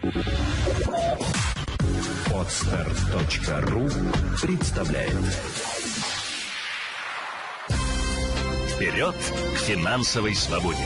Podster.ru представляет. Вперед к финансовой свободе!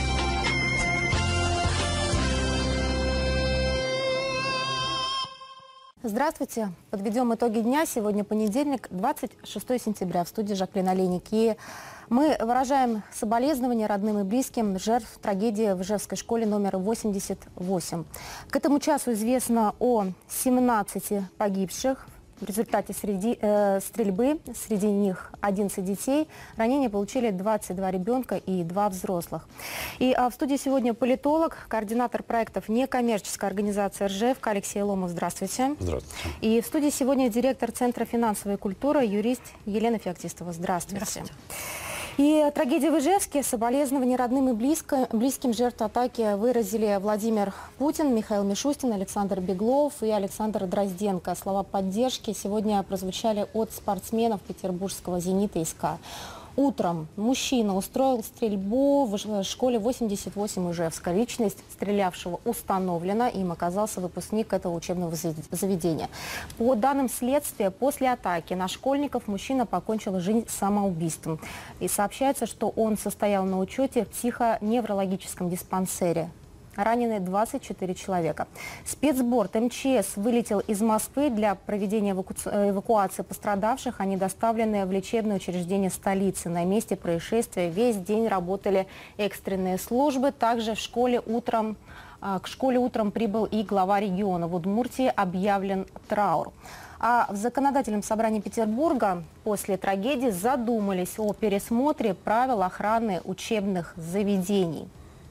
Здравствуйте. Подведем итоги дня. Сегодня понедельник, 26 сентября. В студии Жаклин Олейник. И мы выражаем соболезнования родным и близким жертв трагедии в Ижевской школе номер 88. К этому часу известно о 17 погибших в результате стрельбы. Среди них 11 детей. Ранения получили 22 ребенка и 2 взрослых. И в студии сегодня политолог, координатор проектов некоммерческой организации РЖФ Алексей Ломов. Здравствуйте. Здравствуйте. И в студии сегодня директор Центра финансовой культуры, юрист Елена Феоктистова. Здравствуйте. Здравствуйте. И трагедия в Ижевске, соболезнования родным и близким жертв атаки выразили Владимир Путин, Михаил Мишустин, Александр Беглов и Александр Дрозденко. Слова поддержки сегодня прозвучали от спортсменов петербургского «Зенита» СК. Утром мужчина устроил стрельбу в школе 88 Ижевска. Личность стрелявшего установлена. Им оказался выпускник этого учебного заведения. По данным следствия, после атаки на школьников мужчина покончил жизнь самоубийством. И сообщается, что он состоял на учете в психоневрологическом диспансере. Ранены 24 человека. Спецборд МЧС вылетел из Москвы для проведения эвакуации пострадавших. Они доставлены в лечебное учреждение столицы. На месте происшествия весь день работали экстренные службы. Также к школе утром прибыл и глава региона. В Удмуртии объявлен траур. А в законодательном собрании Петербурга после трагедии задумались о пересмотре правил охраны учебных заведений.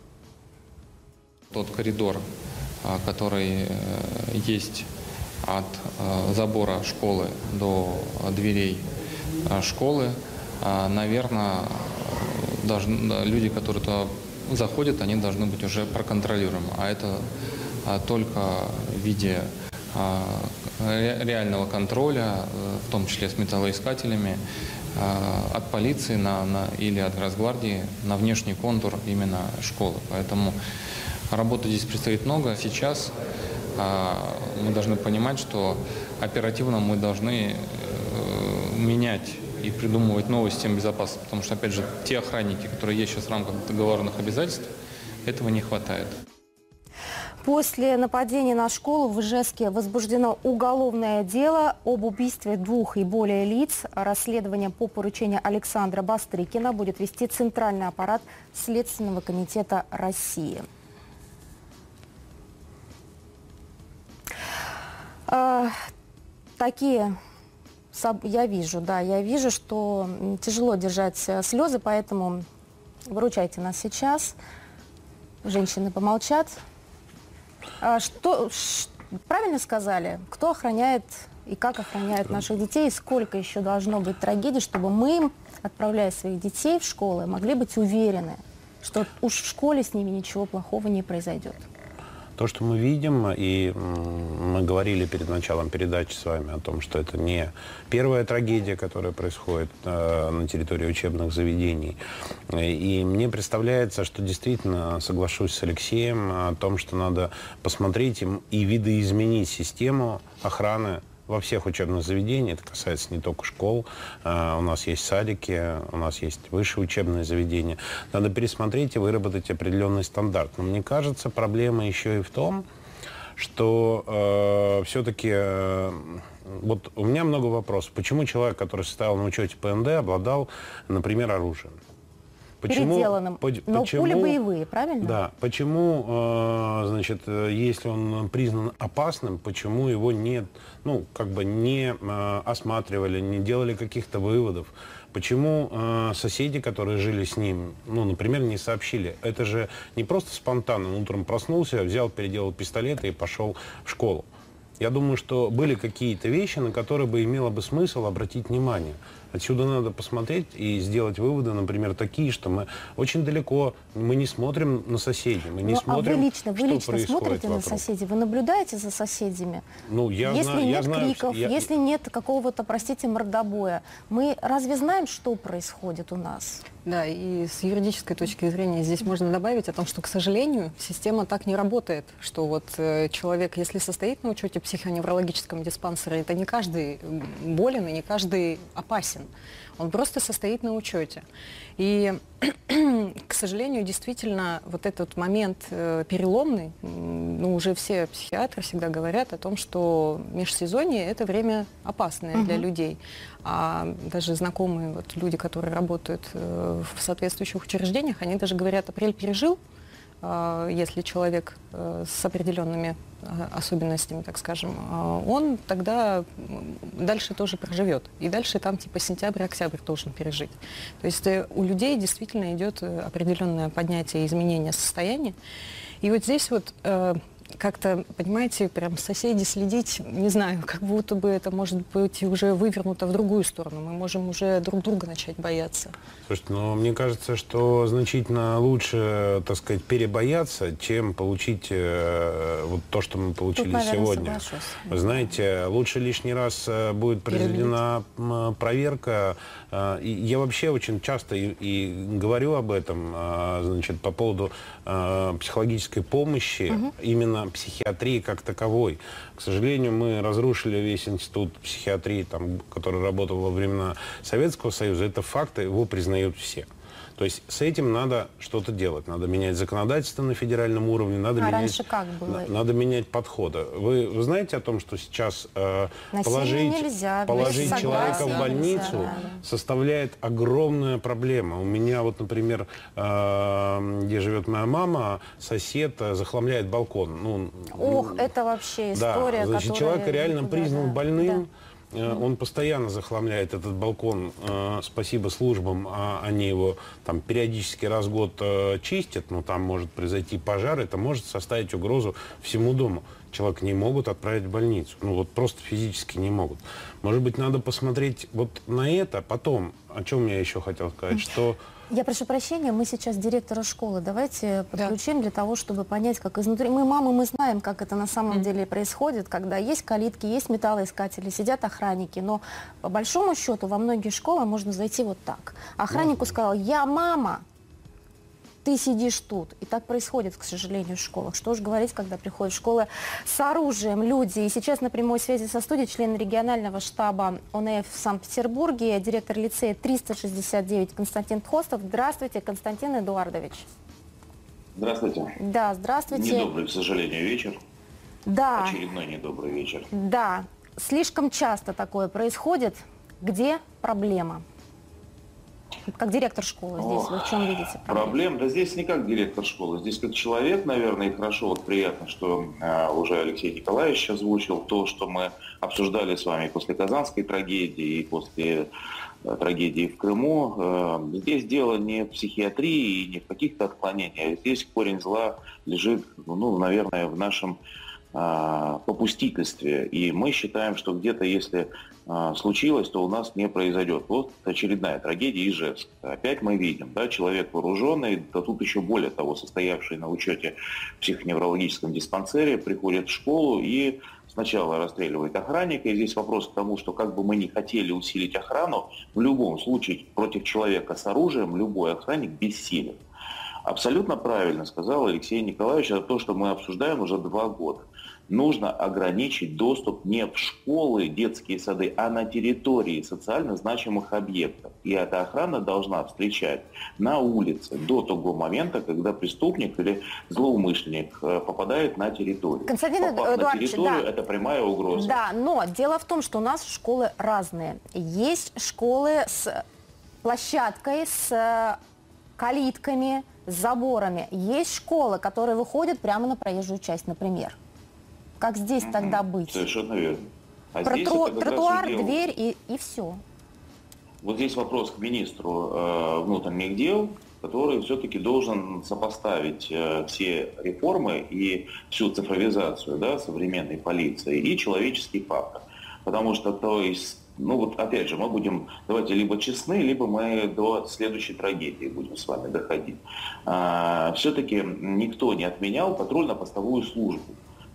Тот коридор, который есть от забора школы до дверей школы, наверное, люди, которые туда заходят, они должны быть уже проконтролируемы. А это только в виде реального контроля, в том числе с металлоискателями, от полиции или от Росгвардии на внешний контур именно школы. Поэтому работы здесь предстоит много. Сейчас мы должны понимать, что оперативно мы должны менять и придумывать новые системы безопасности, потому что, опять же, те охранники, которые есть сейчас в рамках договорных обязательств, этого не хватает. После нападения на школу в Ижевске возбуждено уголовное дело об убийстве 2 и более лиц. Расследование по поручению Александра Бастрыкина будет вести Центральный аппарат Следственного комитета России. Я вижу, что тяжело держать слезы, поэтому выручайте нас сейчас. Женщины помолчат. Правильно сказали? Кто охраняет и как охраняет наших детей, и сколько еще должно быть трагедий, чтобы мы, отправляя своих детей в школы, могли быть уверены, что уж в школе с ними ничего плохого не произойдет. То, что мы видим, и мы говорили перед началом передачи с вами о том, что это не первая трагедия, которая происходит на территории учебных заведений. И мне представляется, что действительно соглашусь с Алексеем о том, что надо посмотреть и видоизменить систему охраны во всех учебных заведениях. Это касается не только школ. У нас есть садики, у нас есть высшие учебные заведения. Надо пересмотреть и выработать определенный стандарт. Но мне кажется, проблема еще и в том, что все-таки вот у меня много вопросов. Почему человек, который состоял на учете ПНД, обладал, например, оружием? Переделанным. Но пули боевые, правильно? Да. Почему, значит, если он признан опасным, почему его не осматривали, не делали каких-то выводов? Почему соседи, которые жили с ним, например, не сообщили? Это же не просто спонтанно. Он утром проснулся, взял, переделал пистолет и пошел в школу. Я думаю, что были какие-то вещи, на которые бы имело бы смысл обратить внимание. Отсюда надо посмотреть и сделать выводы, например, такие, что мы очень далеко, мы не смотрим на соседей, мы не смотрим, вы лично смотрите вокруг. на соседей, вы наблюдаете за соседями? Если нет криков, если нет какого-то, простите, мордобоя, мы разве знаем, что происходит у нас? Да, и с юридической точки зрения здесь можно добавить о том, что, к сожалению, система так не работает, что вот человек, если состоит на учете в психоневрологическом диспансере, это не каждый болен и не каждый опасен. Он просто состоит на учете. И, к сожалению, действительно, вот этот момент переломный, ну, уже все психиатры всегда говорят о том, что межсезонье – это время опасное для людей. А даже знакомые вот люди, которые работают в соответствующих учреждениях, они даже говорят, апрель пережил, если человек с определенными особенностями, так скажем, он тогда дальше тоже проживет. И дальше там типа сентябрь-октябрь должен пережить. То есть у людей действительно идет определенное поднятие и изменение состояния. И вот здесь вот как-то, понимаете, прям соседи следить, не знаю, как будто бы это может быть уже вывернуто в другую сторону. Мы можем уже друг друга начать бояться. Слушайте, но мне кажется, что значительно лучше, так сказать, перебояться, чем получить вот то, что мы получили Тут, наверное, сегодня. соглашусь. Вы знаете, лучше лишний раз будет произведена проверка. И я вообще очень часто и говорю об этом, значит, по поводу психологической помощи, именно психиатрии как таковой. К сожалению, мы разрушили весь институт психиатрии, там, который работал во времена Советского Союза. Это факт, его признают все. То есть с этим надо что-то делать. Надо менять законодательство на федеральном уровне, надо раньше как было? Надо менять подходы. Вы знаете о том, что сейчас положить человека в больницу составляет огромная проблема. У меня вот, например, где живет моя мама, сосед захламляет балкон. Ну, ох, это вообще история, да, значит, человек реально признан больным. Да. Он постоянно захламляет этот балкон, спасибо службам, они его там периодически раз в год чистят, но там может произойти пожар, это может составить угрозу всему дому. Человека не могут отправить в больницу, ну вот просто физически не могут. Может быть, надо посмотреть вот на это, потом, о чем я еще хотел сказать, что... Я прошу прощения, мы сейчас директора школы. Давайте подключим для того, чтобы понять, как изнутри. Мы, мамы, мы знаем, как это на самом деле происходит, когда есть калитки, есть металлоискатели, сидят охранники. Но по большому счету во многие школы можно зайти вот так. Охраннику сказал: я мама, ты сидишь тут. И так происходит, к сожалению, в школах. Что уж говорить, когда приходят в школы с оружием люди. И сейчас на прямой связи со студией член регионального штаба ОНФ в Санкт-Петербурге, директор лицея 369 Константин Тхостов. Здравствуйте, Константин Эдуардович. Здравствуйте. Да, здравствуйте. Недобрый, к сожалению, вечер. Да. Очередной недобрый вечер. Да, слишком часто такое происходит. Где проблема? Как директор школы здесь, вы в чем видите проблем? Да здесь не как директор школы, здесь как человек, наверное, и хорошо, вот приятно, что уже Алексей Николаевич озвучил то, что мы обсуждали с вами после Казанской трагедии и после трагедии в Крыму. Здесь дело не в психиатрии и не в каких-то отклонениях, здесь корень зла лежит, ну, наверное, в нашем попустительстве. И мы считаем, что где-то, если случилось, то у нас не произойдет. Вот очередная трагедия Ижевск. Опять мы видим, да, человек вооруженный, да тут еще более того, состоявший на учете в психоневрологическом диспансере, приходит в школу и сначала расстреливает охранника. И здесь вопрос к тому, что как бы мы ни хотели усилить охрану, в любом случае против человека с оружием любой охранник бессилен. Абсолютно правильно сказал Алексей Николаевич, это то, что мы обсуждаем уже 2 года. Нужно ограничить доступ не в школы, детские сады, а на территории социально значимых объектов. И эта охрана должна встречать на улице до того момента, когда преступник или злоумышленник попадает на территорию. Константин Эдуардович, да, это прямая угроза. Да, но дело в том, что у нас школы разные. Есть школы с площадкой, с калитками, с заборами. Есть школы, которые выходят прямо на проезжую часть, например. Как здесь тогда быть? Совершенно верно. А здесь это тротуар, дверь и все. Вот здесь вопрос к министру внутренних дел, который все-таки должен сопоставить все реформы и всю цифровизацию, да, современной полиции и человеческий фактор. Потому что, то есть, ну вот опять же, мы будем, давайте, либо честны, либо мы до следующей трагедии будем с вами доходить. Все-таки никто не отменял патрульно-постовую службу.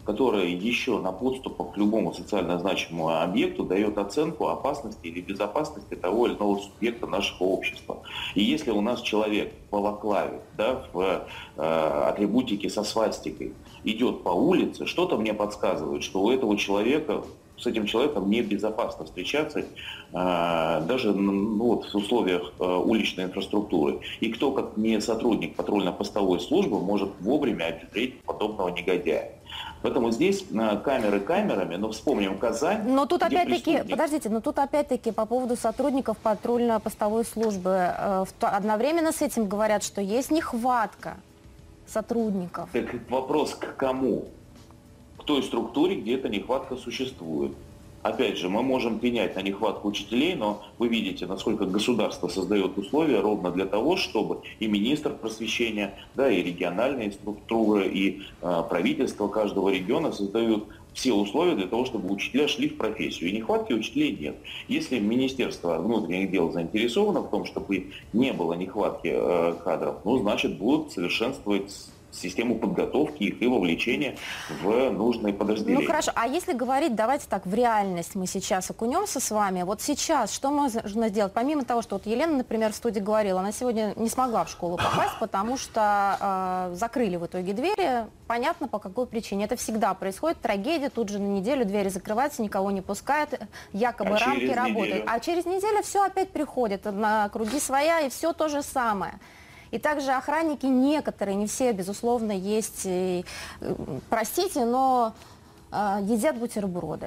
которая еще на подступах к любому социально значимому объекту дает оценку опасности или безопасности того или иного субъекта нашего общества. И если у нас человек в балаклаве, да, в атрибутике со свастикой идет по улице, что-то мне подсказывает, что у этого человека, с этим человеком небезопасно встречаться даже в условиях уличной инфраструктуры. И кто, как не сотрудник патрульно-постовой службы, может вовремя обезвредить подобного негодяя. Поэтому здесь камеры камерами, но вспомним Казань. Но тут опять-таки, преступник... подождите, но тут опять-таки по поводу сотрудников патрульно-постовой службы. Одновременно с этим говорят, что есть нехватка сотрудников. Так вопрос к кому? К той структуре, где эта нехватка существует. Опять же, мы можем пенять на нехватку учителей, но вы видите, насколько государство создает условия ровно для того, чтобы и министр просвещения, да, и региональные структуры, и правительство каждого региона создают все условия для того, чтобы учителя шли в профессию. И нехватки учителей нет. Если Министерство внутренних дел заинтересовано в том, чтобы не было нехватки кадров, ну, значит, будут совершенствовать систему подготовки их и вовлечения в нужные подразделения. Ну хорошо, а если говорить, давайте так, в реальность мы сейчас окунемся с вами. Вот сейчас что можно сделать? Помимо того, что вот Елена, например, в студии говорила, она сегодня не смогла в школу попасть, потому что закрыли в итоге двери. Понятно, по какой причине. Это всегда происходит. Трагедия, тут же на неделю двери закрываются, никого не пускают, якобы рамки работают. А через неделю все опять приходит на круги своя, и все то же самое. И также охранники некоторые, не все, безусловно, есть, и, простите, но едят бутерброды.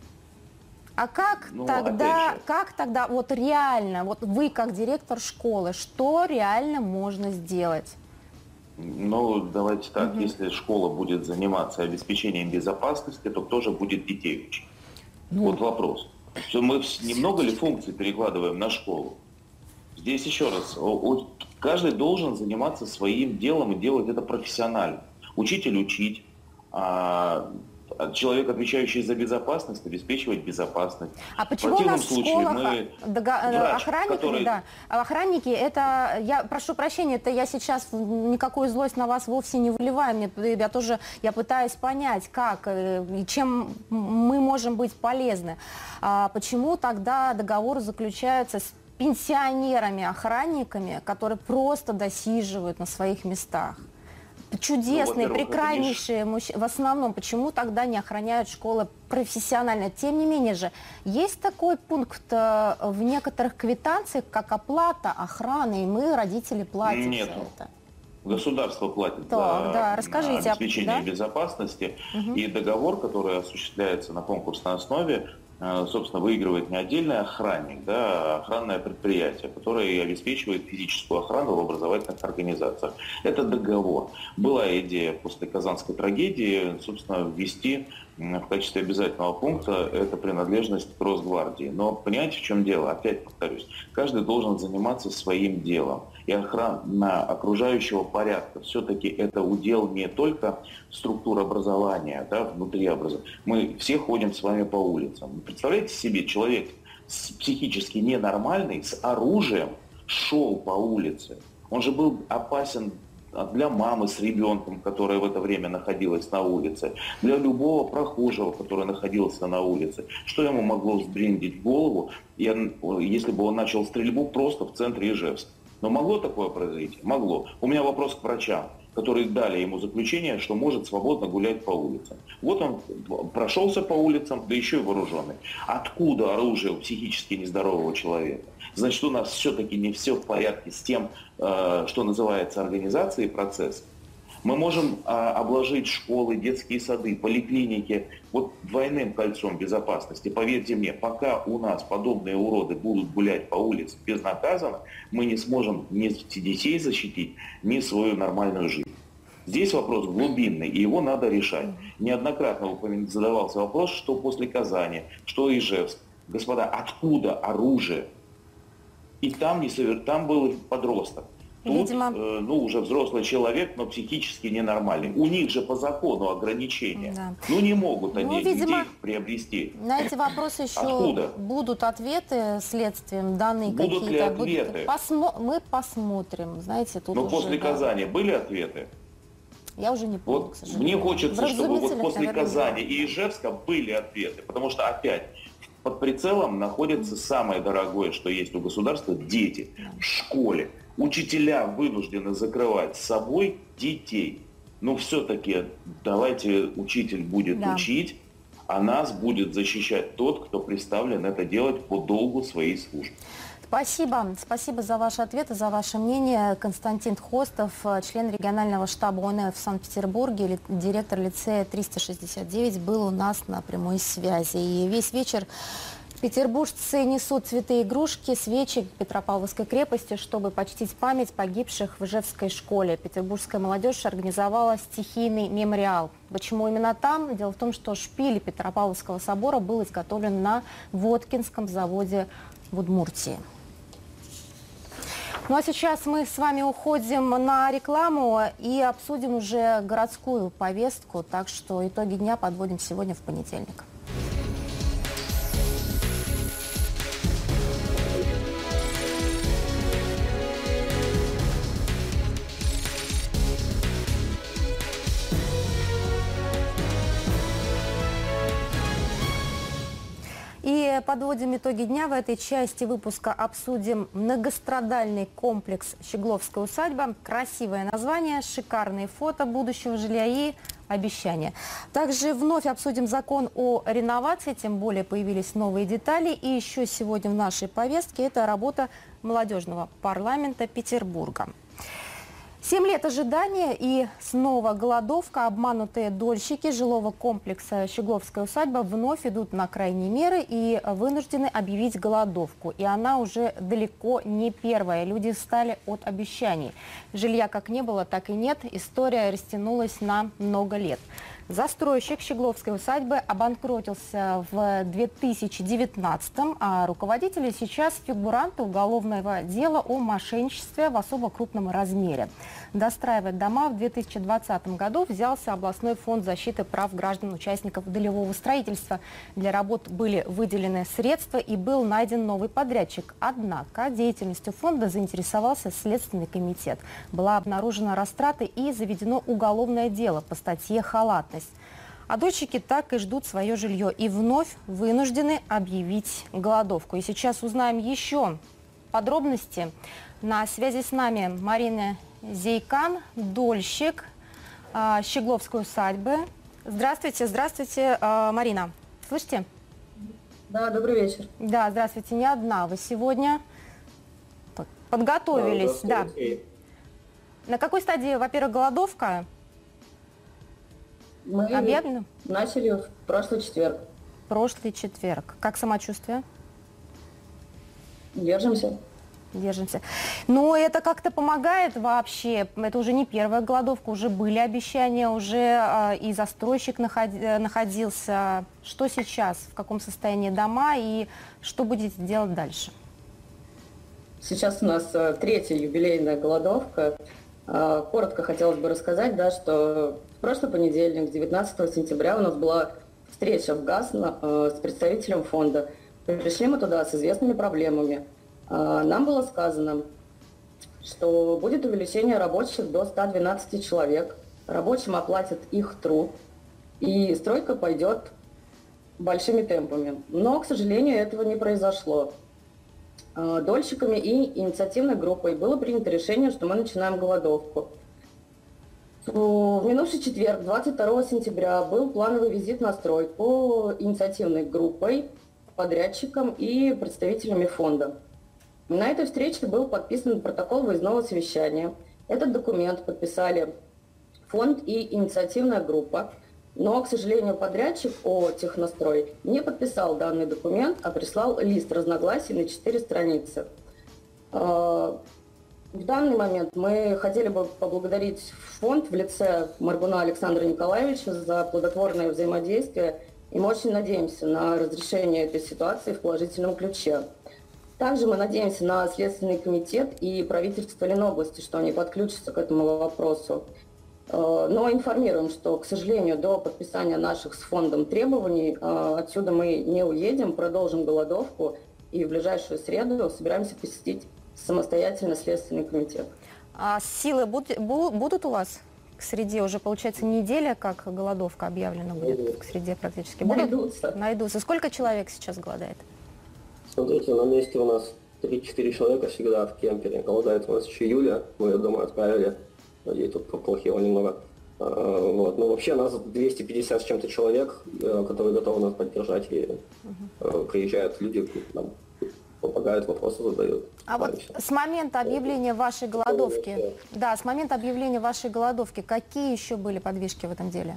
А как тогда, вот реально, вот вы как директор школы, что реально можно сделать? Ну, давайте так, если школа будет заниматься обеспечением безопасности, то кто же будет детей учить? Вот вопрос. Что мы немного ли функций перекладываем на школу? Здесь еще раз, каждый должен заниматься своим делом и делать это профессионально. Учитель учить, человек, отвечающий за безопасность, обеспечивать безопасность. А почему у нас в школах охранники, охранники, это, я прошу прощения, это я сейчас никакую злость на вас вовсе не выливаю, я пытаюсь понять, как и чем мы можем быть полезны. Почему тогда договоры заключаются с пенсионерами-охранниками, которые просто досиживают на своих местах? Чудесные, прекраснейшие мужчины. В основном, почему тогда не охраняют школы профессионально? Тем не менее же, есть такой пункт в некоторых квитанциях, как оплата охраны, и мы, родители, платим Нет. за это. Государство платит за обеспечение безопасности, и договор, который осуществляется на конкурсной основе, собственно, выигрывает не отдельный охранник, да, а охранное предприятие, которое обеспечивает физическую охрану в образовательных организациях. Это договор. Была идея после Казанской трагедии, собственно, ввести в качестве обязательного пункта это принадлежность к Росгвардии. Но понимаете, в чем дело? Опять повторюсь, каждый должен заниматься своим делом. И охрана окружающего порядка все-таки это удел не только структур образования, да, внутри образования. Мы все ходим с вами по улицам. Представляете себе, человек психически ненормальный с оружием шел по улице. Он же был опасен для мамы с ребенком, которая в это время находилась на улице, для любого прохожего, который находился на улице. Что ему могло взбрендить в голову, если бы он начал стрельбу просто в центре Ижевска? Но могло такое произойти? Могло. У меня вопрос к врачам, которые дали ему заключение, что может свободно гулять по улицам. Вот он прошелся по улицам, да еще и вооруженный. Откуда оружие у психически нездорового человека? Значит, у нас все-таки не все в порядке с тем, что называется организацией процесса. Мы можем обложить школы, детские сады, поликлиники вот двойным кольцом безопасности. Поверьте мне, пока у нас подобные уроды будут гулять по улице безнаказанно, мы не сможем ни детей защитить, ни свою нормальную жизнь. Здесь вопрос глубинный, и его надо решать. Неоднократно задавался вопрос, что после Казани, что Ижевск. Господа, откуда оружие? И там был подросток. Тут, видимо, уже взрослый человек, но психически ненормальный. У них же по закону ограничения. Да. Не могут они видимо, детей приобрести. На эти вопросы еще Откуда? Будут ответы следствием, данные какие-то. Будут ли ответы? Мы посмотрим. Знаете, тут Но уже, после Казани были ответы? Я уже не помню, Вот к сожалению. мне хочется, чтобы вот после наверное, Казани и Ижевска были ответы, потому что опять под прицелом находится самое дорогое, что есть у государства – дети в школе. Учителя вынуждены закрывать с собой детей. Но все-таки давайте учитель будет учить, а нас будет защищать тот, кто представлен это делать по долгу своей службы. Спасибо. Спасибо за ваши ответы, за ваше мнение. Константин Хостов, член регионального штаба ОНФ в Санкт-Петербурге, директор лицея 369, был у нас на прямой связи. И весь вечер петербуржцы несут цветы и игрушки, свечи к Петропавловской крепости, чтобы почтить память погибших в Ижевской школе. Петербургская молодежь организовала стихийный мемориал. Почему именно там? Дело в том, что шпиль Петропавловского собора был изготовлен на Воткинском заводе в Удмуртии. Ну а сейчас мы с вами уходим на рекламу и обсудим уже городскую повестку. Так что итоги дня подводим сегодня в понедельник. И подводим итоги дня. В этой части выпуска обсудим многострадальный комплекс «Щегловская усадьба». Красивое название, шикарные фото будущего жилья и обещания. Также вновь обсудим закон о реновации, тем более появились новые детали. И еще сегодня в нашей повестке это работа молодежного парламента Петербурга. 7 лет ожидания и снова голодовка. Обманутые дольщики жилого комплекса «Щегловская усадьба» вновь идут на крайние меры и вынуждены объявить голодовку. И она уже далеко не первая. Люди встали от обещаний. Жилья как не было, так и нет. История растянулась на много лет. Застройщик Щегловской усадьбы обанкротился в 2019-м, а руководители сейчас фигуранты уголовного дела о мошенничестве в особо крупном размере. Достраивать дома в 2020 году взялся областной фонд защиты прав граждан-участников долевого строительства. Для работ были выделены средства и был найден новый подрядчик. Однако деятельностью фонда заинтересовался Следственный комитет. Была обнаружена растрата и заведено уголовное дело по статье «Халатность». А дольщики так и ждут свое жилье и вновь вынуждены объявить голодовку. И сейчас узнаем еще подробности. На связи с нами Марина Зейкан, дольщик Щегловской усадьбы. Здравствуйте, здравствуйте, Марина. Слышите? Да, добрый вечер. Да, здравствуйте. Не одна вы сегодня подготовились. Да. На какой стадии, во-первых, голодовка? Мы объявлено? Начали в прошлый четверг. Прошлый четверг. Как самочувствие? Держимся. Держимся. Но это как-то помогает вообще? Это уже не первая голодовка, уже были обещания, уже и застройщик находился. Что сейчас? В каком состоянии дома и что будете делать дальше? Сейчас у нас третья юбилейная голодовка. Коротко хотелось бы рассказать, да, что в прошлый понедельник, 19 сентября, у нас была встреча в ГАЗ с представителем фонда. Пришли мы туда с известными проблемами. Нам было сказано, что будет увеличение рабочих до 112 человек. Рабочим оплатят их труд, и стройка пойдет большими темпами. Но, к сожалению, этого не произошло. Дольщиками и инициативной группой было принято решение, что мы начинаем голодовку. В минувший четверг, 22 сентября, был плановый визит на стройку инициативной группой, подрядчиком и представителями фонда. На этой встрече был подписан протокол выездного совещания. Этот документ подписали фонд и инициативная группа. Но, к сожалению, подрядчик ОТехнострой не подписал данный документ, а прислал лист разногласий на 4 страницы. В данный момент мы хотели бы поблагодарить фонд в лице Маргуна Александра Николаевича за плодотворное взаимодействие, и мы очень надеемся на разрешение этой ситуации в положительном ключе. Также мы надеемся на Следственный комитет и правительство Ленобласти, что они подключатся к этому вопросу. Но информируем, что, к сожалению, до подписания наших с фондом требований отсюда мы не уедем, продолжим голодовку и в ближайшую среду собираемся посетить самостоятельно Следственный комитет. А силы будут у вас к к среде? Уже, получается, неделя, как голодовка объявлена будет к среде практически. Найдутся. Найдутся. Сколько человек сейчас голодает? Смотрите, на месте у нас 3-4 человека всегда в кемпере. Голодает у нас еще Юля, мы ее дома отправили. Ей тут поплохело немного. Вот. Но вообще нас 250 с чем-то человек, которые готовы нас поддержать. И приезжают люди, нам помогают, вопросы задают. А вот с момента объявления вашей голодовки, с момента объявления вашей голодовки, какие еще были подвижки в этом деле?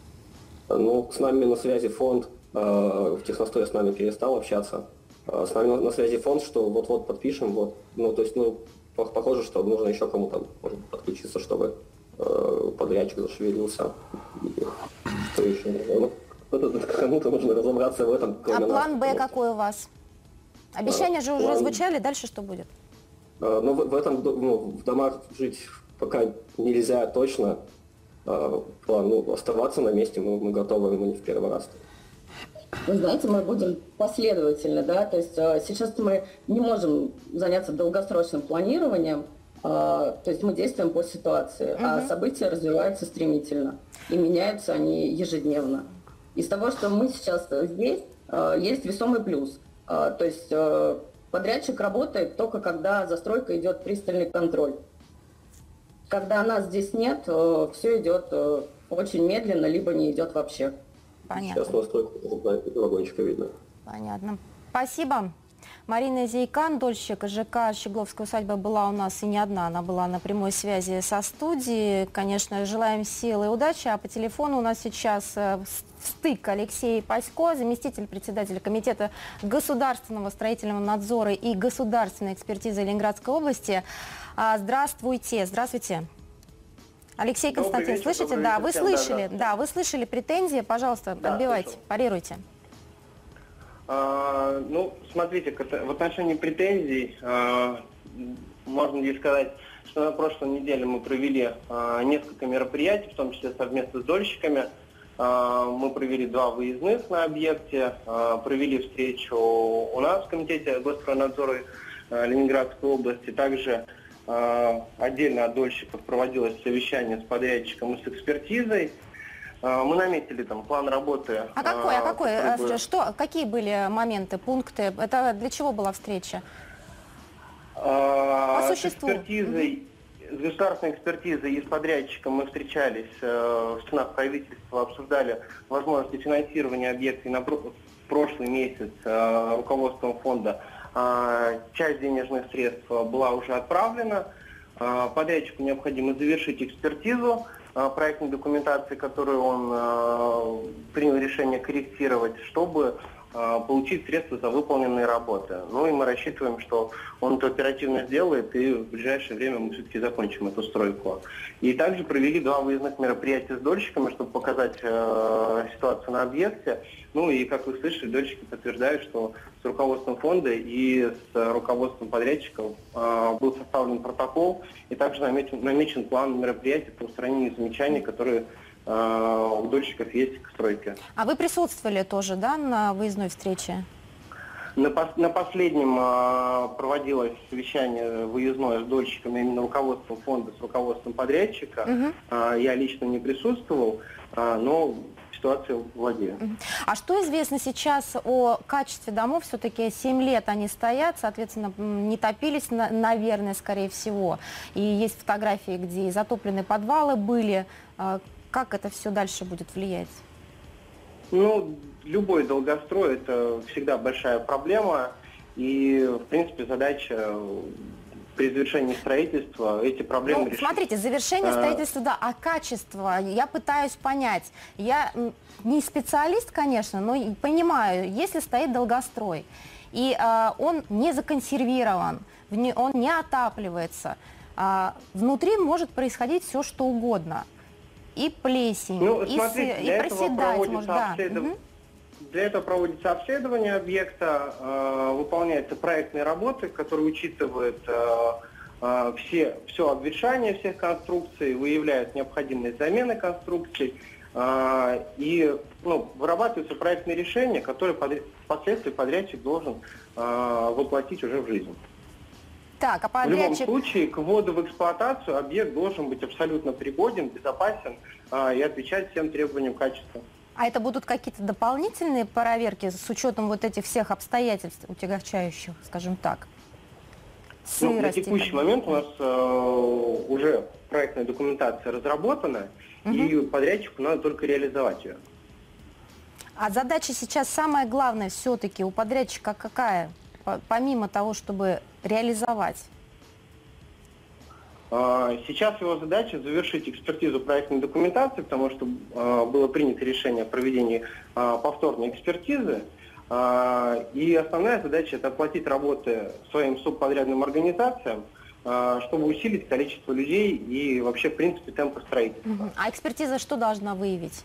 Ну, с нами на связи фонд, в Техностое с нами перестал общаться. С нами на связи фонд, что вот-вот подпишем, вот. Ну, то есть, похоже, что нужно еще кому-то, может, подключиться, чтобы подрядчик зашевелился. Что еще? Ну, кому-то нужно разобраться в этом. А план Б какой у вас? Обещания же уже звучали, дальше что будет? Ну, в домах жить пока нельзя точно. План, оставаться на месте мы готовы, мы не в первый раз. Вы знаете, мы будем последовательно, да, то есть сейчас мы не можем заняться долгосрочным планированием, то есть мы действуем по ситуации, а события развиваются стремительно и меняются они ежедневно. Из того, что мы сейчас здесь, есть весомый плюс, то есть подрядчик работает только когда за стройкой идет пристальный контроль. Когда нас здесь нет, все идет очень медленно, либо не идет вообще. Понятно. Сейчас настройку вагончика видно. Понятно. Спасибо. Марина Зейкан, дольщик ЖК «Щегловская усадьба», была у нас и не одна. Она была на прямой связи со студией. Конечно, желаем силы и удачи. А по телефону у нас сейчас стык Алексей Пасько, заместитель председателя Комитета государственного строительного надзора и государственной экспертизы Ленинградской области. Здравствуйте. Здравствуйте. Алексей Константинович, слышите? Да, вы слышали. Да, вы слышали претензии. Пожалуйста, отбивайте, парируйте. Ну, смотрите, в отношении претензий можно здесь сказать, что на прошлой неделе мы провели несколько мероприятий, в том числе совместно с дольщиками. Мы провели 2 выездных на объекте, провели встречу у нас в Комитете Госстройнадзора Ленинградской области. Также отдельно от дольщиков проводилось совещание с подрядчиком и с экспертизой. Мы наметили там план работы. Какие были моменты, пункты? Это для чего была встреча? По существу. С государственной экспертизой и с подрядчиком мы встречались в стенах правительства, обсуждали возможности финансирования объекта. И на прошлый месяц руководством фонда часть денежных средств была уже отправлена. Подрядчику необходимо завершить экспертизу проектной документации, которую он принял решение корректировать, чтобы получить средства за выполненные работы. Ну и мы рассчитываем, что он это оперативно сделает, и в ближайшее время мы все-таки закончим эту стройку. И также провели 2 выездных мероприятия с дольщиками, чтобы показать ситуацию на объекте. Ну и, как вы слышали, дольщики подтверждают, что с руководством фонда и с руководством подрядчиков был составлен протокол, и также намечен план мероприятий по устранению замечаний, которые у дольщиков есть к стройке. А вы присутствовали тоже, да, на выездной встрече? На последнем проводилось совещание выездное с дольщиками, именно руководством фонда с руководством подрядчика. Я лично не присутствовал, но ситуацию владею. А что известно сейчас о качестве домов? Все-таки 7 лет они стоят, соответственно, не топились, наверное, скорее всего. И есть фотографии, где затопленные подвалы были. Как это все дальше будет влиять? Ну, любой долгострой – это всегда большая проблема. И, в принципе, задача при завершении строительства эти проблемы решить. Смотрите, завершение строительства, да, а качество, я пытаюсь понять. Я не специалист, конечно, но понимаю, если стоит долгострой, и он не законсервирован, он не отапливается, внутри может происходить все, что угодно. И плесень, и проседать может, да. Для этого проводится обследование объекта, выполняются проектные работы, которые учитывают все обветшание всех конструкций, выявляют необходимость замены конструкций и вырабатываются проектные решения, которые впоследствии подрядчик должен воплотить уже в жизнь. Так, а В любом подрядчик... случае, к вводу в эксплуатацию объект должен быть абсолютно пригоден, безопасен и отвечать всем требованиям качества. А это будут какие-то дополнительные проверки с учетом вот этих всех обстоятельств утягчающих, скажем так? Ну, на Сырости, текущий момент у нас уже проектная документация разработана, и подрядчику надо только реализовать ее. А задача сейчас самая главная все-таки у подрядчика какая? Помимо того, чтобы реализовать? Сейчас его задача завершить экспертизу проектной документации, потому что было принято решение о проведении повторной экспертизы. И основная задача – это оплатить работы своим субподрядным организациям, чтобы усилить количество людей и вообще, в принципе, темпы строительства. А экспертиза что должна выявить?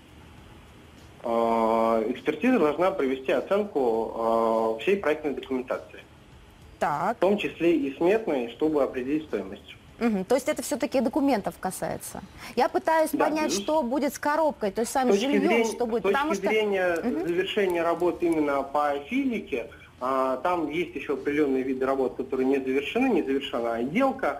Экспертиза должна провести оценку всей проектной документации, Так. в том числе и сметной, чтобы определить стоимость. То есть это все-таки документов касается. Я пытаюсь понять, что будет с коробкой, то есть сами жильем, что будет. С точки зрения завершения работ именно по физике, там есть еще определенные виды работ, которые не завершены, не завершена отделка,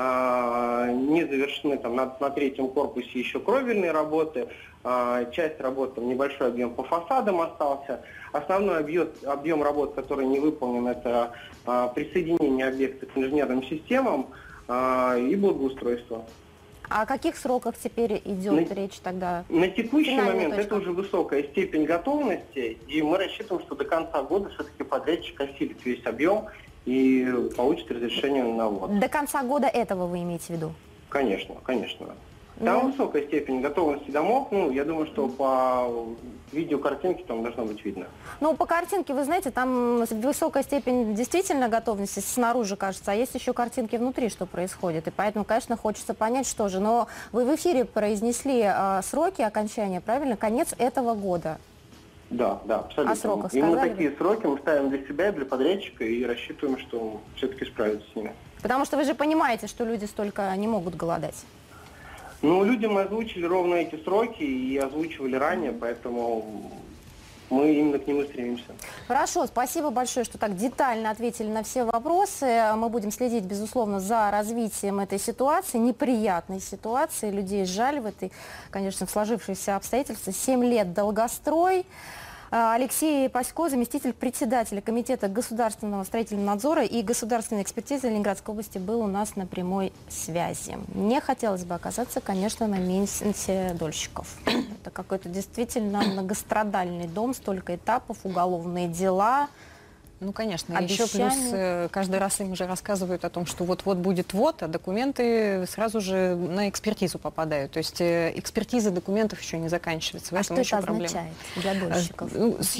не завершены там, на третьем корпусе еще кровельные работы, часть работ, там, небольшой объем по фасадам остался. Основной объем работ, который не выполнен, это присоединение объекта к инженерным системам и благоустройство. А о каких сроках теперь идет речь тогда? На текущий Финальная момент точка. это уже высокая степень готовности, и мы рассчитываем, что до конца года все-таки подрядчик осилит весь объем и получит разрешение на ввод. До конца года этого вы имеете в виду? Конечно, конечно. Там высокая степень готовности домов, ну, я думаю, что по видеокартинке там должно быть видно. Ну, по картинке, вы знаете, там высокая степень действительно готовности снаружи, кажется, а есть еще картинки внутри, что происходит. И поэтому, конечно, хочется понять, что же. Но вы в эфире произнесли сроки окончания, правильно? Конец этого года. Да, абсолютно. О сроках именно сказали такие сроки мы ставим для себя и для подрядчика и рассчитываем, что все-таки справится с ними. Потому что вы же понимаете, что люди столько не могут голодать. Ну, людям озвучили ровно эти сроки и озвучивали ранее, поэтому мы именно к нему стремимся. Хорошо, спасибо большое, что так детально ответили на все вопросы. Мы будем следить, безусловно, за развитием этой ситуации, неприятной ситуации. Людей жаль в этой, конечно, в сложившихся обстоятельствах. 7 лет долгострой. Алексей Пасько, заместитель председателя Комитета государственного строительного надзора и государственной экспертизы Ленинградской области, был у нас на прямой связи. Не хотелось бы оказаться, конечно, на месте дольщиков. Это какой-то действительно многострадальный дом, столько этапов, уголовные дела. Ну, конечно. Еще плюс каждый раз им уже рассказывают о том, что вот-вот будет ввод, а документы сразу же на экспертизу попадают. То есть экспертиза документов еще не заканчивается. В этом еще проблема. Означает для дольщиков? С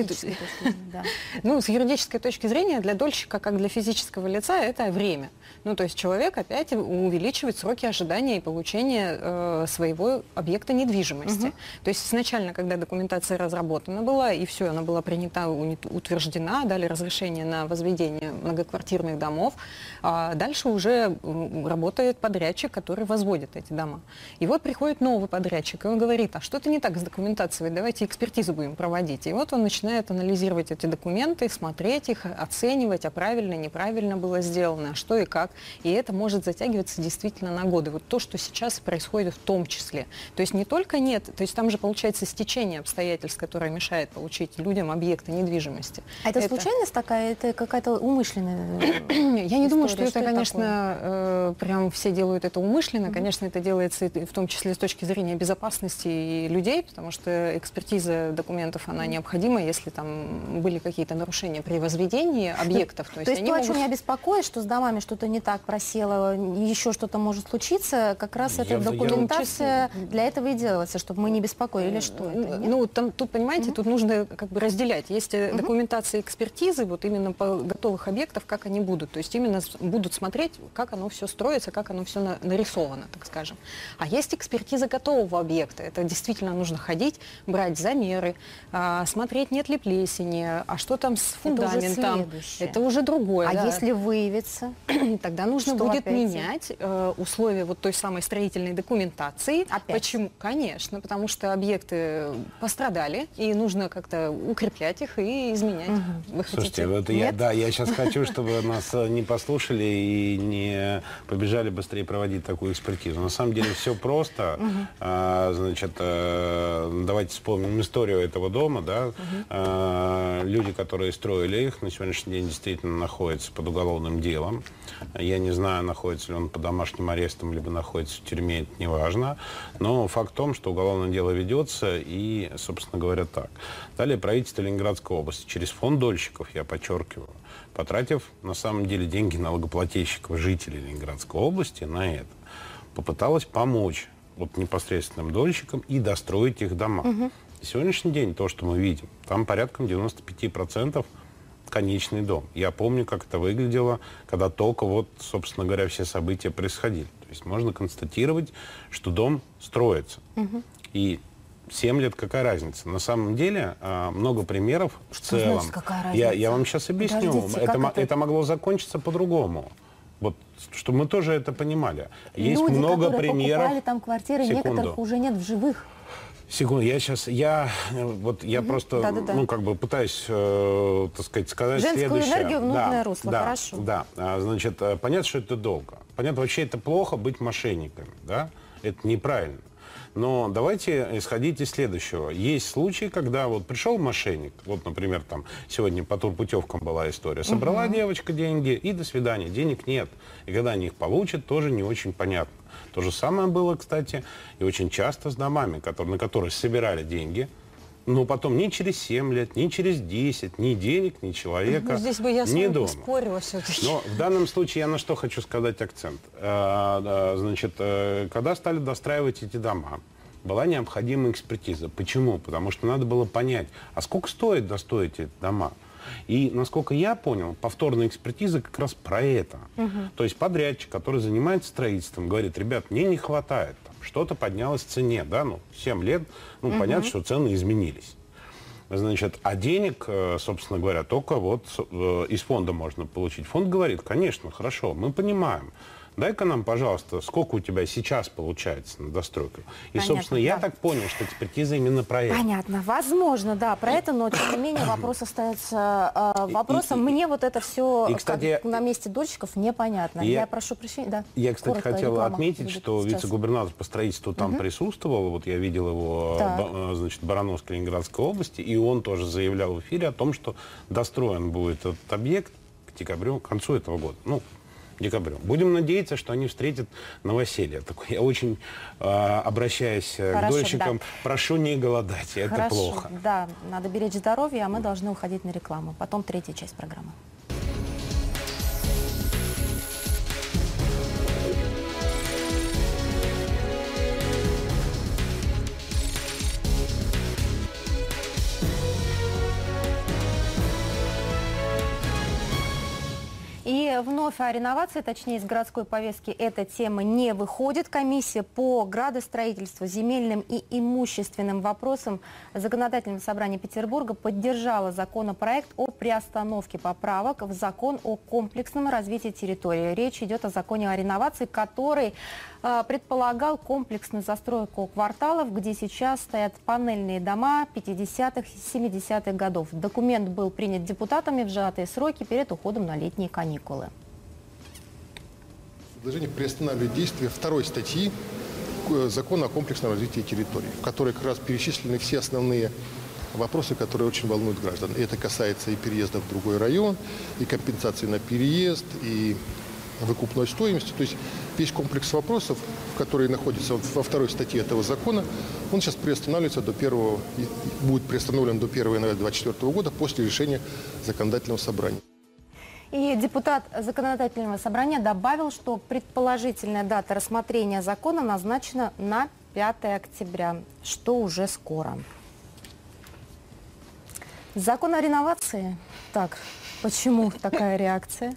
юридической точки зрения для дольщика, как для физического лица, это время. Ну, то есть человек опять увеличивает сроки ожидания и получения своего объекта недвижимости. То есть изначально, когда документация разработана была, и все, она была принята, утверждена, дали разрешение на возведение многоквартирных домов, а дальше уже работает подрядчик, который возводит эти дома. И вот приходит новый подрядчик, и он говорит, а что-то не так с документацией, давайте экспертизу будем проводить. И вот он начинает анализировать эти документы, смотреть их, оценивать, а правильно, неправильно было сделано, что и как. И это может затягиваться действительно на годы. Вот то, что сейчас происходит в том числе. То есть не только нет, то есть там же получается стечение обстоятельств, которое мешает получить людям объекты недвижимости. А это случайность такая, это какая-то умышленная Я не думаю, что это, такое? конечно, прям все делают это умышленно. Конечно, это делается в том числе с точки зрения безопасности людей, потому что экспертиза документов, она необходима, если там были какие-то нарушения при возведении объектов. То есть то, о чем меня беспокоит, что с домами что-то не так просело, еще что-то может случиться, как раз эта документация для этого и делается, чтобы мы не беспокоили, или что это? Ну, тут, понимаете, тут нужно как бы разделять. Есть документация экспертизы, вот именно по готовых объектов, как они будут. То есть именно будут смотреть, как оно все строится, как оно все нарисовано, так скажем. А есть экспертиза готового объекта. Это действительно нужно ходить, брать замеры, смотреть, нет ли плесени, а что там с фундаментом. Это уже другое. А если выявится? Тогда нужно будет менять условия вот той самой строительной документации. Опять? Почему? Конечно, потому что объекты пострадали, и нужно как-то укреплять их и изменять в их хотите? Слушайте, вот я сейчас хочу, чтобы нас не послушали и не побежали быстрее проводить такую экспертизу. На самом деле все просто. Значит, давайте вспомним историю этого дома. Да? Люди, которые строили их, на сегодняшний день действительно находятся под уголовным делом. Я не знаю, находится ли он под домашним арестом, либо находится в тюрьме, это не важно. Но факт в том, что уголовное дело ведется, и, собственно говоря, так. Далее правительство Ленинградской области через фонд дольщиков, я подчеркиваю, потратив на самом деле деньги налогоплательщиков, жителей Ленинградской области на это, попыталась помочь вот непосредственным дольщикам и достроить их дома. И сегодняшний день то, что мы видим, там порядком 95% конечный дом. Я помню, как это выглядело, когда только вот, собственно говоря, все события происходили. То есть можно констатировать, что дом строится. И 7 лет какая разница? На самом деле много примеров в целом. Значит, какая разница? Я вам сейчас объясню. Это могло закончиться по-другому. Вот, чтобы мы тоже это понимали. Есть люди, много которые примеров. покупали там квартиры, некоторых уже нет в живых. Секунду, я просто, ну, как бы пытаюсь, так сказать, сказать женскую следующее. Энергию в нужное русло, хорошо. Да, значит, понятно, что это долго. Понятно, вообще это плохо быть мошенниками, да? Это неправильно. Но давайте исходить из следующего. Есть случаи, когда вот пришел мошенник, вот, например, там сегодня по турпутевкам была история, собрала девочка деньги и до свидания, денег нет. И когда они их получат, тоже не очень понятно. То же самое было, кстати, и очень часто с домами, на которые собирали деньги, но потом ни через 7 лет, ни через 10, ни денег, ни человека, здесь бы я с ни вами дома. поспорила все-таки. Но в данном случае я на что хочу сказать акцент. Значит, когда стали достраивать эти дома, была необходима экспертиза. Почему? Потому что надо было понять, а сколько стоит достроить эти дома. И, насколько я понял, повторная экспертиза как раз про это. То есть подрядчик, который занимается строительством, говорит: ребят, мне не хватает, что-то поднялось в цене, да, 7 лет, понятно, что цены изменились. Значит, а денег, собственно говоря, только вот из фонда можно получить. Фонд говорит: конечно, хорошо, мы понимаем. Дай-ка нам, пожалуйста, сколько у тебя сейчас получается на достройку. И, понятно, собственно, я так понял, что экспертиза именно про это. Понятно. Возможно, да, про это, но, тем не менее, вопрос остается вопросом. Мне вот это все, кстати, на месте дольщиков непонятно. Я прошу прощения. Да. Я, кстати, хотела отметить, что вице-губернатор по строительству там присутствовал. Вот я видел его, значит, Барановской Ленинградской области, и он тоже заявлял в эфире о том, что достроен будет этот объект к декабрю, к концу этого года. Декабрю. Будем надеяться, что они встретят новоселье. Я очень, обращаясь к дольщикам, прошу не голодать. Это плохо. Да, надо беречь здоровье, а мы должны уходить на рекламу. Потом третья часть программы. И вновь о реновации, точнее, из городской повестки эта тема не выходит. Комиссия по градостроительству, земельным и имущественным вопросам Законодательного собрания Петербурга поддержала законопроект о приостановке поправок в закон о комплексном развитии территории. Речь идет о законе о реновации, который предполагал комплексную застройку кварталов, где сейчас стоят панельные дома 50-х и 70-х годов. Документ был принят депутатами в сжатые сроки перед уходом на летние каникулы. Предложение приостанавливает действие 2 статьи Закона о комплексном развитии территории, в которой как раз перечислены все основные вопросы, которые очень волнуют граждан. И это касается и переезда в другой район, и компенсации на переезд, и выкупной стоимости. То есть весь комплекс вопросов, которые находятся во 2 статье этого закона, он сейчас приостанавливается будет приостановлен до 1 января 2024 года после решения законодательного собрания. И депутат Законодательного собрания добавил, что предположительная дата рассмотрения закона назначена на 5 октября, что уже скоро. Закон о реновации. Так, почему такая реакция?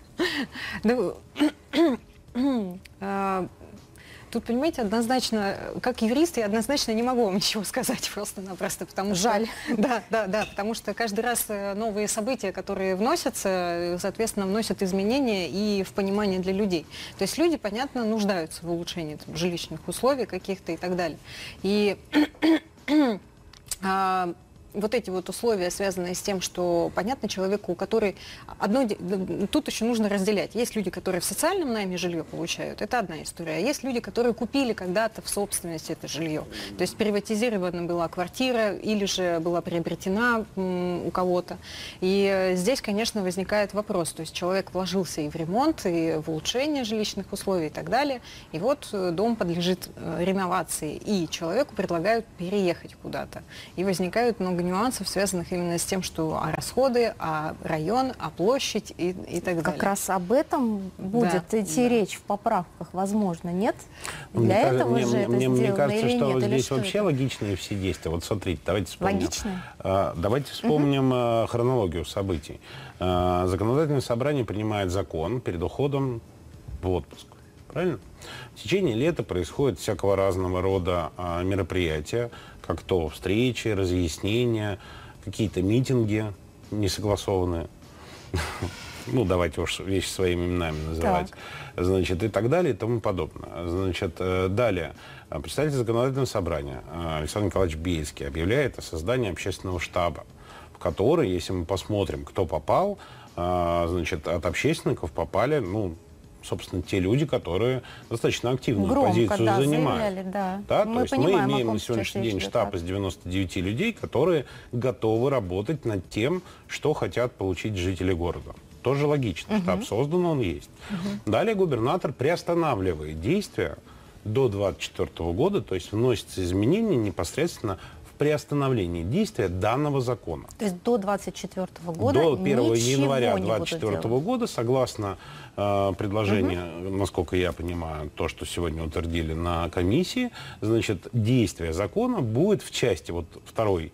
Тут, понимаете, однозначно, как юрист, я однозначно не могу вам ничего сказать просто-напросто, потому что... Жаль. Да, потому что каждый раз новые события, которые вносятся, соответственно, вносят изменения и в понимание для людей. То есть люди, понятно, нуждаются в улучшении жилищных условий каких-то и так далее. И вот эти вот условия, связанные с тем, что, понятно, человеку, который... Тут еще нужно разделять. Есть люди, которые в социальном найме жилье получают, это одна история. А есть люди, которые купили когда-то в собственности это жилье. То есть приватизирована была квартира или же была приобретена у кого-то. И здесь, конечно, возникает вопрос. То есть человек вложился и в ремонт, и в улучшение жилищных условий и так далее. И вот дом подлежит реновации, и человеку предлагают переехать куда-то. И возникают много нюансов, связанных именно с тем, что расходы, район, площадь и так далее. Как раз об этом будет идти речь в поправках, возможно, нет? Для этого же это сделано мне кажется, или что нет? здесь вообще логичные все действия. Вот смотрите, давайте вспомним. Логичные? Давайте вспомним хронологию событий. Законодательное собрание принимает закон перед уходом в отпуск. Правильно? В течение лета происходят всякого разного рода мероприятия, как то встречи, разъяснения, какие-то митинги несогласованные. Ну, давайте уж вещи своими именами называть. Значит, и так далее, и тому подобное. Значит, далее. Представитель законодательного собрания Александр Николаевич Бельский объявляет о создании общественного штаба, в который, если мы посмотрим, кто попал, значит, от общественников попали, ну, собственно, те люди, которые достаточно активную позицию занимают. Да. Да? То есть мы имеем на сегодняшний день штаб из 99 людей, которые готовы работать над тем, что хотят получить жители города. Тоже логично. Штаб создан, он есть. Далее губернатор приостанавливает действия до 2024 года, то есть вносятся изменения непосредственно в приостановлении действия данного закона. То есть до 2024 года до 1 января 2024 года, согласно предложению, насколько я понимаю, то, что сегодня утвердили на комиссии, значит, действие закона будет в части вот второй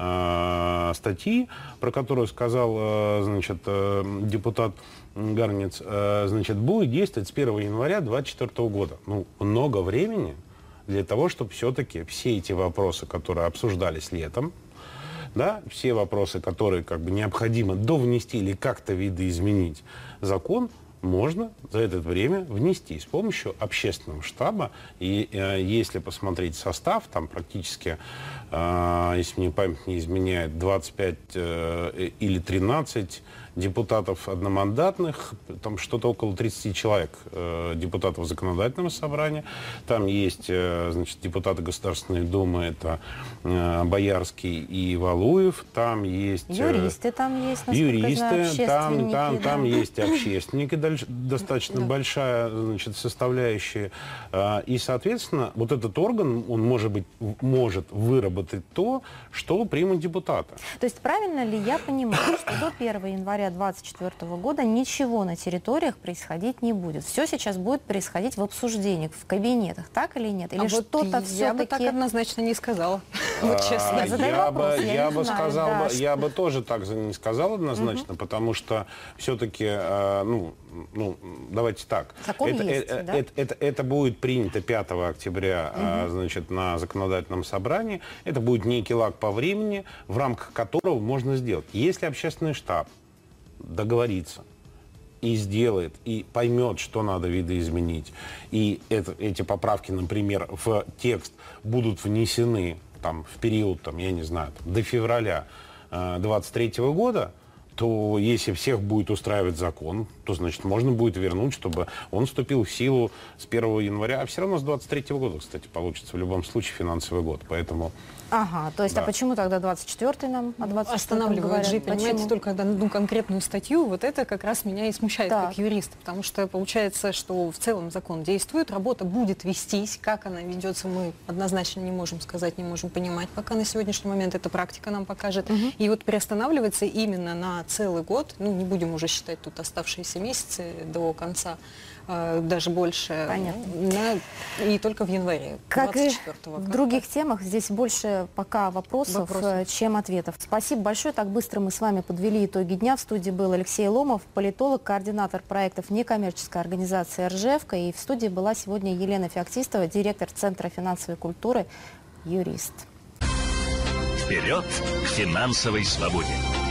статьи, про которую сказал, значит, депутат Гарнец, значит, будет действовать с 1 января 2024 года. Ну, много времени для того, чтобы все-таки все эти вопросы, которые обсуждались летом, да, все вопросы, которые как бы необходимо довнести или как-то видоизменить закон, можно за это время внести с помощью общественного штаба. И если посмотреть состав, там практически, если мне память не изменяет, 25 или 13 депутатов одномандатных, там что-то около 30 человек депутатов законодательного собрания. Там есть, значит, депутаты Государственной Думы, это Боярский и Валуев. Там есть... Юристы там есть, юристы, там есть общественники, достаточно большая, значит, составляющая. И, соответственно, вот этот орган, он может выработать то, что примут депутаты. То есть правильно ли я понимаю, что до 1 января 2024 года ничего на территориях происходить не будет? Все сейчас будет происходить в обсуждениях, в кабинетах, так или нет? Или что-то все-таки... Я бы так однозначно не сказала, вот честно. Я бы тоже так не сказал однозначно, потому что все-таки, давайте так. Это будет принято 5 октября, значит, на законодательном собрании. Это будет некий лаг по времени, в рамках которого можно сделать. Если общественный штаб договорится и сделает, и поймет, что надо видоизменить, и эти поправки, например, в текст будут внесены там, в период, там, я не знаю, до февраля 2023 года, то если всех будет устраивать закон, то, значит, можно будет вернуть, чтобы он вступил в силу с 1 января. А все равно с 2023 года, кстати, получится в любом случае финансовый год. Поэтому... Ага, то есть, да. А почему тогда 24-й нам, а 24-й останавливают же, понимаете, только одну конкретную статью, вот это как раз меня и смущает как юриста, потому что получается, что в целом закон действует, работа будет вестись, как она ведется, мы однозначно не можем сказать, не можем понимать, пока на сегодняшний момент эта практика нам покажет, и вот приостанавливается именно на целый год, ну, не будем уже считать тут оставшиеся месяцы до конца, даже больше, и только в январе. Как и в других темах, здесь больше пока вопросов, чем ответов. Спасибо большое. Так быстро мы с вами подвели итоги дня. В студии был Алексей Ломов, политолог, координатор проектов некоммерческой организации «Ржевка». И в студии была сегодня Елена Феоктистова, директор Центра финансовой культуры, юрист. Вперед к финансовой свободе!